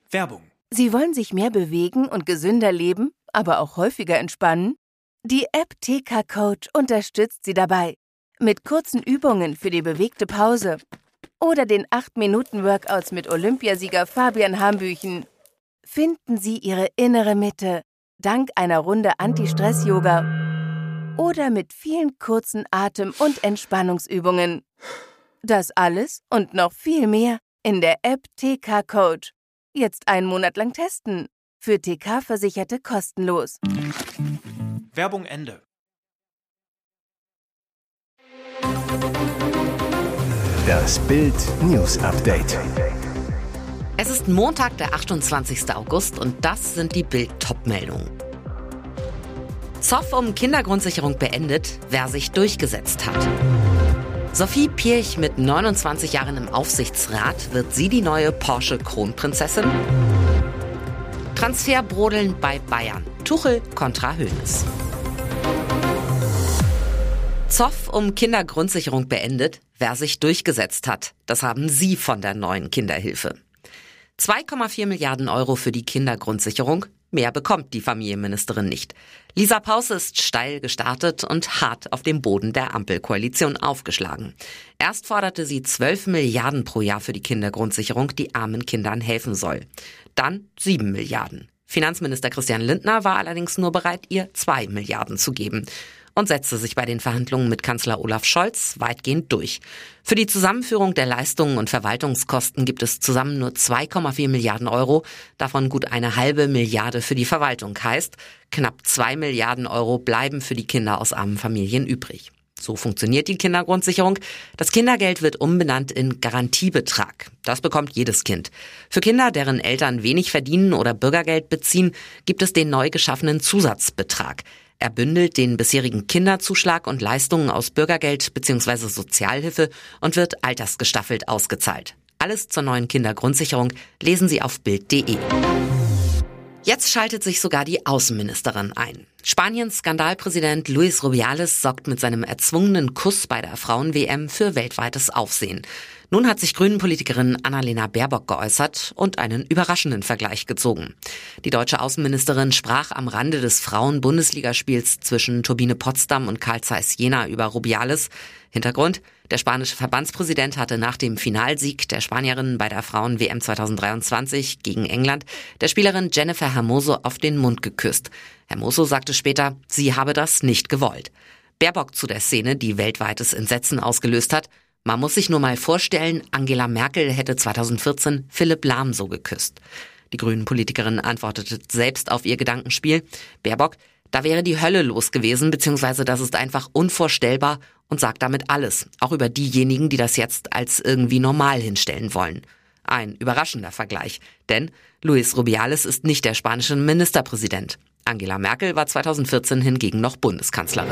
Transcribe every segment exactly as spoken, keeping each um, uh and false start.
Werbung. Sie wollen sich mehr bewegen und gesünder leben, aber auch häufiger entspannen? Die App T K Coach unterstützt Sie dabei. Mit kurzen Übungen für die bewegte Pause. Oder den acht Minuten Workouts mit Olympiasieger Fabian Hambüchen. Finden Sie Ihre innere Mitte dank einer Runde Anti-Stress-Yoga. Oder mit vielen kurzen Atem- und Entspannungsübungen. Das alles und noch viel mehr in der App T K Coach. Jetzt einen Monat lang testen. Für T K-Versicherte kostenlos. Werbung Ende. Das Bild News Update. Es ist Montag, der achtundzwanzigster August und das sind die Bild-Top-Meldungen. Zoff um Kindergrundsicherung beendet, wer sich durchgesetzt hat. Sophie Pirch mit neunundzwanzig Jahren im Aufsichtsrat, wird sie die neue Porsche-Kronprinzessin? Transferbrodeln bei Bayern. Tuchel kontra Hoeneß. Zoff um Kindergrundsicherung beendet, wer sich durchgesetzt hat. Das haben Sie von der neuen Kinderhilfe. zwei Komma vier Milliarden Euro für die Kindergrundsicherung. Mehr bekommt die Familienministerin nicht. Lisa Paus ist steil gestartet und hart auf dem Boden der Ampelkoalition aufgeschlagen. Erst forderte sie zwölf Milliarden pro Jahr für die Kindergrundsicherung, die armen Kindern helfen soll. Dann sieben Milliarden. Finanzminister Christian Lindner war allerdings nur bereit, ihr zwei Milliarden zu geben und setzte sich bei den Verhandlungen mit Kanzler Olaf Scholz weitgehend durch. Für die Zusammenführung der Leistungen und Verwaltungskosten gibt es zusammen nur zwei Komma vier Milliarden Euro, davon gut eine halbe Milliarde für die Verwaltung, heißt, knapp zwei Milliarden Euro bleiben für die Kinder aus armen Familien übrig. So funktioniert die Kindergrundsicherung. Das Kindergeld wird umbenannt in Garantiebetrag. Das bekommt jedes Kind. Für Kinder, deren Eltern wenig verdienen oder Bürgergeld beziehen, gibt es den neu geschaffenen Zusatzbetrag. Er bündelt den bisherigen Kinderzuschlag und Leistungen aus Bürgergeld bzw. Sozialhilfe und wird altersgestaffelt ausgezahlt. Alles zur neuen Kindergrundsicherung lesen Sie auf bild punkt de. Jetzt schaltet sich sogar die Außenministerin ein. Spaniens Skandalpräsident Luis Rubiales sorgt mit seinem erzwungenen Kuss bei der Frauen-W M für weltweites Aufsehen. Nun hat sich Grünen-Politikerin Annalena Baerbock geäußert und einen überraschenden Vergleich gezogen. Die deutsche Außenministerin sprach am Rande des Frauen-Bundesligaspiels zwischen Turbine Potsdam und Carl Zeiss Jena über Rubiales. Hintergrund: Der spanische Verbandspräsident hatte nach dem Finalsieg der Spanierinnen bei der Frauen-W M zweitausenddreiundzwanzig gegen England der Spielerin Jennifer Hermoso auf den Mund geküsst. Hermoso sagte später, sie habe das nicht gewollt. Baerbock zu der Szene, die weltweites Entsetzen ausgelöst hat: Man muss sich nur mal vorstellen, Angela Merkel hätte zweitausendvierzehn Philipp Lahm so geküsst. Die Grünen-Politikerin antwortete selbst auf ihr Gedankenspiel: Baerbock, da wäre die Hölle los gewesen, beziehungsweise das ist einfach unvorstellbar, und sagt damit alles, auch über diejenigen, die das jetzt als irgendwie normal hinstellen wollen. Ein überraschender Vergleich, denn Luis Rubiales ist nicht der spanische Ministerpräsident. Angela Merkel war zweitausendvierzehn hingegen noch Bundeskanzlerin.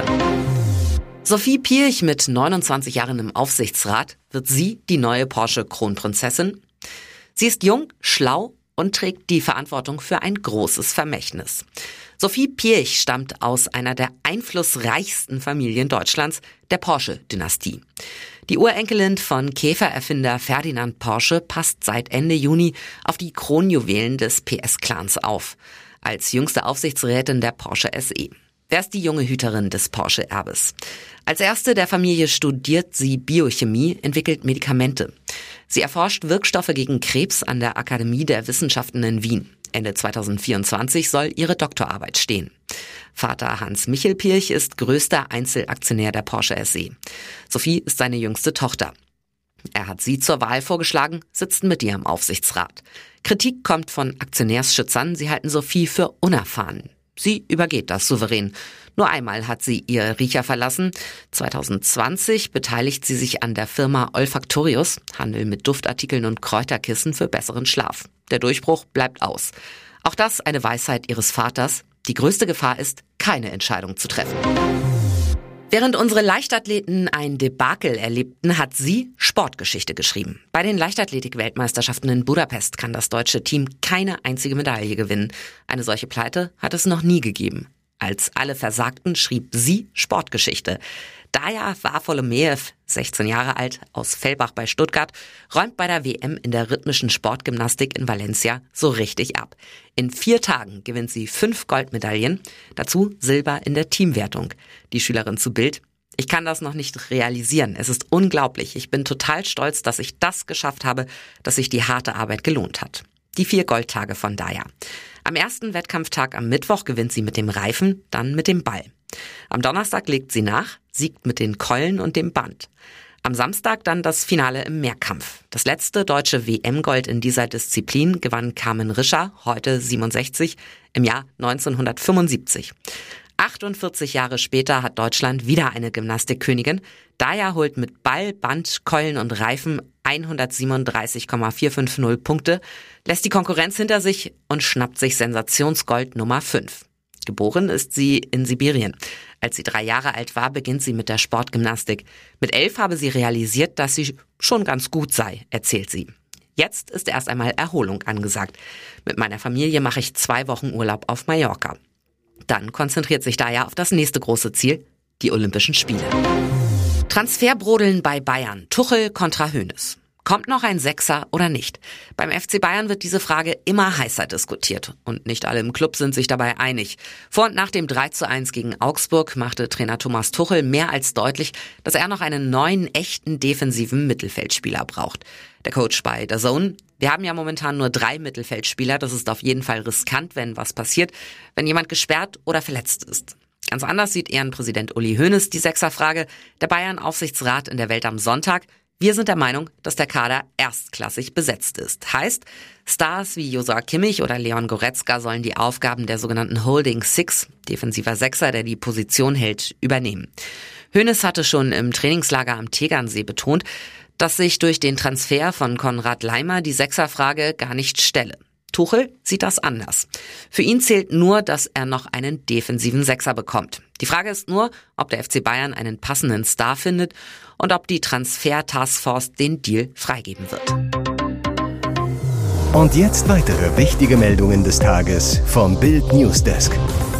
Sophie Pirch mit neunundzwanzig Jahren im Aufsichtsrat, wird sie die neue Porsche-Kronprinzessin? Sie ist jung, schlau und trägt die Verantwortung für ein großes Vermächtnis. Sophie Pirch stammt aus einer der einflussreichsten Familien Deutschlands, der Porsche-Dynastie. Die Urenkelin von Käfererfinder Ferdinand Porsche passt seit Ende Juni auf die Kronjuwelen des P S-Clans auf, als jüngste Aufsichtsrätin der Porsche S E. Wer ist die junge Hüterin des Porsche-Erbes? Als erste der Familie studiert sie Biochemie, entwickelt Medikamente. Sie erforscht Wirkstoffe gegen Krebs an der Akademie der Wissenschaften in Wien. Ende zweitausendvierundzwanzig soll ihre Doktorarbeit stehen. Vater Hans-Michel Pirch ist größter Einzelaktionär der Porsche S E. Sophie ist seine jüngste Tochter. Er hat sie zur Wahl vorgeschlagen, sitzt mit ihr im Aufsichtsrat. Kritik kommt von Aktionärsschützern, sie halten Sophie für unerfahren. Sie übergeht das souverän. Nur einmal hat sie ihr Riecher verlassen. zweitausendzwanzig beteiligt sie sich an der Firma Olfactorius, Handel mit Duftartikeln und Kräuterkissen für besseren Schlaf. Der Durchbruch bleibt aus. Auch das eine Weisheit ihres Vaters. Die größte Gefahr ist, keine Entscheidung zu treffen. Während unsere Leichtathleten ein Debakel erlebten, hat sie Sportgeschichte geschrieben. Bei den Leichtathletik-Weltmeisterschaften in Budapest kann das deutsche Team keine einzige Medaille gewinnen. Eine solche Pleite hat es noch nie gegeben. Als alle versagten, schrieb sie Sportgeschichte. Daya Varfolomeev, sechzehn Jahre alt, aus Fellbach bei Stuttgart, räumt bei der W M in der rhythmischen Sportgymnastik in Valencia so richtig ab. In vier Tagen gewinnt sie fünf Goldmedaillen, dazu Silber in der Teamwertung. Die Schülerin zu Bild: Ich kann das noch nicht realisieren. Es ist unglaublich. Ich bin total stolz, dass ich das geschafft habe, dass sich die harte Arbeit gelohnt hat. Die vier Goldtage von Daya. Am ersten Wettkampftag am Mittwoch gewinnt sie mit dem Reifen, dann mit dem Ball. Am Donnerstag legt sie nach, siegt mit den Keulen und dem Band. Am Samstag dann das Finale im Mehrkampf. Das letzte deutsche W M-Gold in dieser Disziplin gewann Carmen Rischer, heute siebenundsechzig, im Jahr neunzehnhundertfünfundsiebzig. achtundvierzig Jahre später hat Deutschland wieder eine Gymnastikkönigin. Daya holt mit Ball, Band, Keulen und Reifen hundertsiebenunddreißig Komma vierhundertfünfzig Punkte, lässt die Konkurrenz hinter sich und schnappt sich Sensationsgold Nummer fünf. Geboren ist sie in Sibirien. Als sie drei Jahre alt war, beginnt sie mit der Sportgymnastik. Mit elf habe sie realisiert, dass sie schon ganz gut sei, erzählt sie. Jetzt ist erst einmal Erholung angesagt. Mit meiner Familie mache ich zwei Wochen Urlaub auf Mallorca. Dann konzentriert sich Daya auf das nächste große Ziel, die Olympischen Spiele. Transferbrodeln bei Bayern. Tuchel kontra Hoeneß. Kommt noch ein Sechser oder nicht? Beim F C Bayern wird diese Frage immer heißer diskutiert. Und nicht alle im Club sind sich dabei einig. Vor und nach dem drei zu eins gegen Augsburg machte Trainer Thomas Tuchel mehr als deutlich, dass er noch einen neuen, echten defensiven Mittelfeldspieler braucht. Der Coach bei D A Z N: Wir haben ja momentan nur drei Mittelfeldspieler. Das ist auf jeden Fall riskant, wenn was passiert, wenn jemand gesperrt oder verletzt ist. Ganz anders sieht Ehrenpräsident Uli Hoeneß die Sechserfrage. Der Bayern-Aufsichtsrat in der Welt am Sonntag: Wir sind der Meinung, dass der Kader erstklassig besetzt ist. Heißt, Stars wie Joshua Kimmich oder Leon Goretzka sollen die Aufgaben der sogenannten Holding Six, defensiver Sechser, der die Position hält, übernehmen. Hoeneß hatte schon im Trainingslager am Tegernsee betont, dass sich durch den Transfer von Konrad Laimer die Sechserfrage gar nicht stelle. Tuchel sieht das anders. Für ihn zählt nur, dass er noch einen defensiven Sechser bekommt. Die Frage ist nur, ob der F C Bayern einen passenden Star findet und ob die Transfer-Taskforce den Deal freigeben wird. Und jetzt weitere wichtige Meldungen des Tages vom Bild Newsdesk.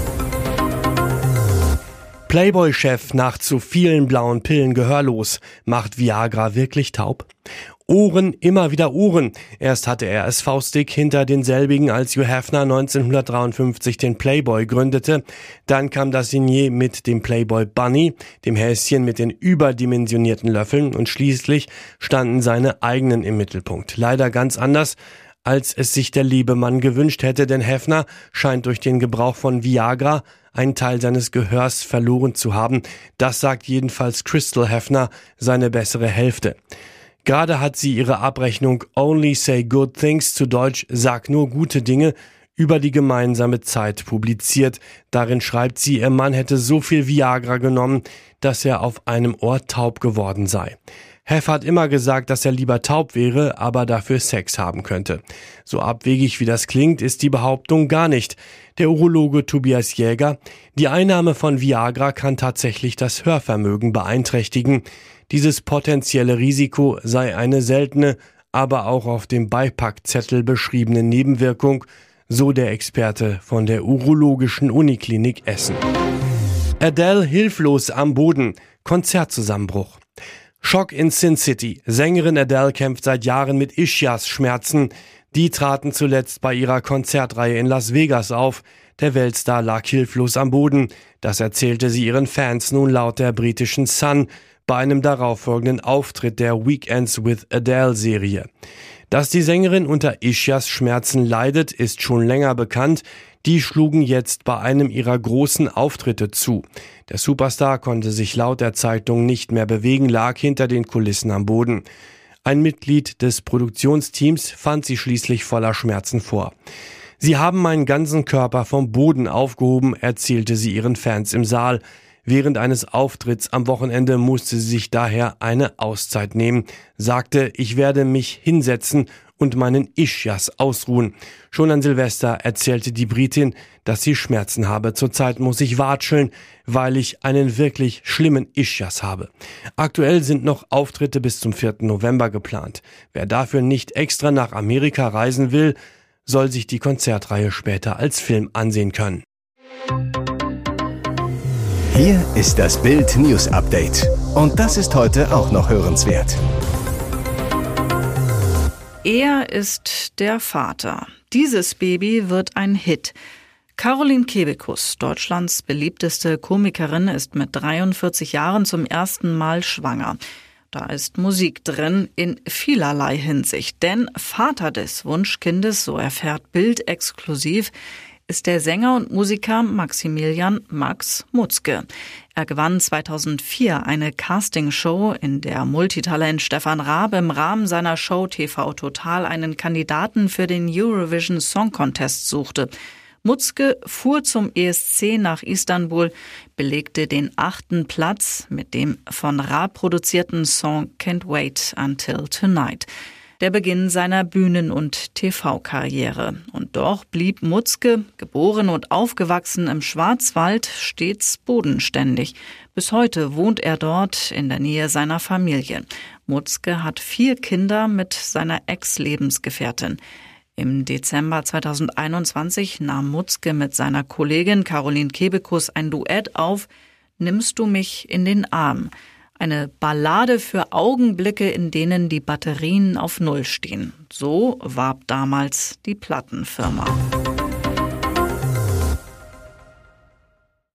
Playboy-Chef nach zu vielen blauen Pillen gehörlos. Macht Viagra wirklich taub? Ohren, immer wieder Ohren. Erst hatte er es faustdick hinter denselbigen, als Hugh Hefner neunzehnhundertdreiundfünfzig den Playboy gründete. Dann kam das Signet mit dem Playboy Bunny, dem Häschen mit den überdimensionierten Löffeln, und schließlich standen seine eigenen im Mittelpunkt. Leider ganz anders, als es sich der liebe Mann gewünscht hätte, denn Hefner scheint durch den Gebrauch von Viagra einen Teil seines Gehörs verloren zu haben. Das sagt jedenfalls Crystal Hefner, seine bessere Hälfte. Gerade hat sie ihre Abrechnung Only Say Good Things, zu Deutsch Sag nur gute Dinge, über die gemeinsame Zeit publiziert. Darin schreibt sie, ihr Mann hätte so viel Viagra genommen, dass er auf einem Ohr taub geworden sei. Hef hat immer gesagt, dass er lieber taub wäre, aber dafür Sex haben könnte. So abwegig wie das klingt, ist die Behauptung gar nicht. Der Urologe Tobias Jäger: Die Einnahme von Viagra kann tatsächlich das Hörvermögen beeinträchtigen. Dieses potenzielle Risiko sei eine seltene, aber auch auf dem Beipackzettel beschriebene Nebenwirkung, so der Experte von der Urologischen Uniklinik Essen. Adele hilflos am Boden. Konzertzusammenbruch. Schock in Sin City. Sängerin Adele kämpft seit Jahren mit Ischias-Schmerzen. Die traten zuletzt bei ihrer Konzertreihe in Las Vegas auf. Der Weltstar lag hilflos am Boden. Das erzählte sie ihren Fans nun laut der britischen Sun bei einem darauffolgenden Auftritt der Weekends with Adele-Serie. Dass die Sängerin unter Ischias-Schmerzen leidet, ist schon länger bekannt. Die schlugen jetzt bei einem ihrer großen Auftritte zu. Der Superstar konnte sich laut der Zeitung nicht mehr bewegen, lag hinter den Kulissen am Boden. Ein Mitglied des Produktionsteams fand sie schließlich voller Schmerzen vor. Sie haben meinen ganzen Körper vom Boden aufgehoben, erzählte sie ihren Fans im Saal. Während eines Auftritts am Wochenende musste sie sich daher eine Auszeit nehmen, sagte, ich werde mich hinsetzen und meinen Ischias ausruhen. Schon an Silvester erzählte die Britin, dass sie Schmerzen habe. Zurzeit muss ich watscheln, weil ich einen wirklich schlimmen Ischias habe. Aktuell sind noch Auftritte bis zum vierten November geplant. Wer dafür nicht extra nach Amerika reisen will, soll sich die Konzertreihe später als Film ansehen können. Hier ist das Bild News Update. Und das ist heute auch noch hörenswert. Er ist der Vater. Dieses Baby wird ein Hit. Caroline Kebekus, Deutschlands beliebteste Komikerin, ist mit dreiundvierzig Jahren zum ersten Mal schwanger. Da ist Musik drin in vielerlei Hinsicht. Denn Vater des Wunschkindes, so erfährt Bild exklusiv, ist der Sänger und Musiker Maximilian Max Mutzke. Er gewann zweitausendvier eine Castingshow, in der Multitalent Stefan Raab im Rahmen seiner Show T V Total einen Kandidaten für den Eurovision Song Contest suchte. Mutzke fuhr zum E S C nach Istanbul, belegte den achten Platz mit dem von Raab produzierten Song Can't Wait Until Tonight. Der Beginn seiner Bühnen- und T V-Karriere. Und doch blieb Mutzke, geboren und aufgewachsen im Schwarzwald, stets bodenständig. Bis heute wohnt er dort in der Nähe seiner Familie. Mutzke hat vier Kinder mit seiner Ex-Lebensgefährtin. Im Dezember zweitausendeinundzwanzig nahm Mutzke mit seiner Kollegin Caroline Kebekus ein Duett auf, »Nimmst du mich in den Arm?« Eine Ballade für Augenblicke, in denen die Batterien auf Null stehen. So warb damals die Plattenfirma.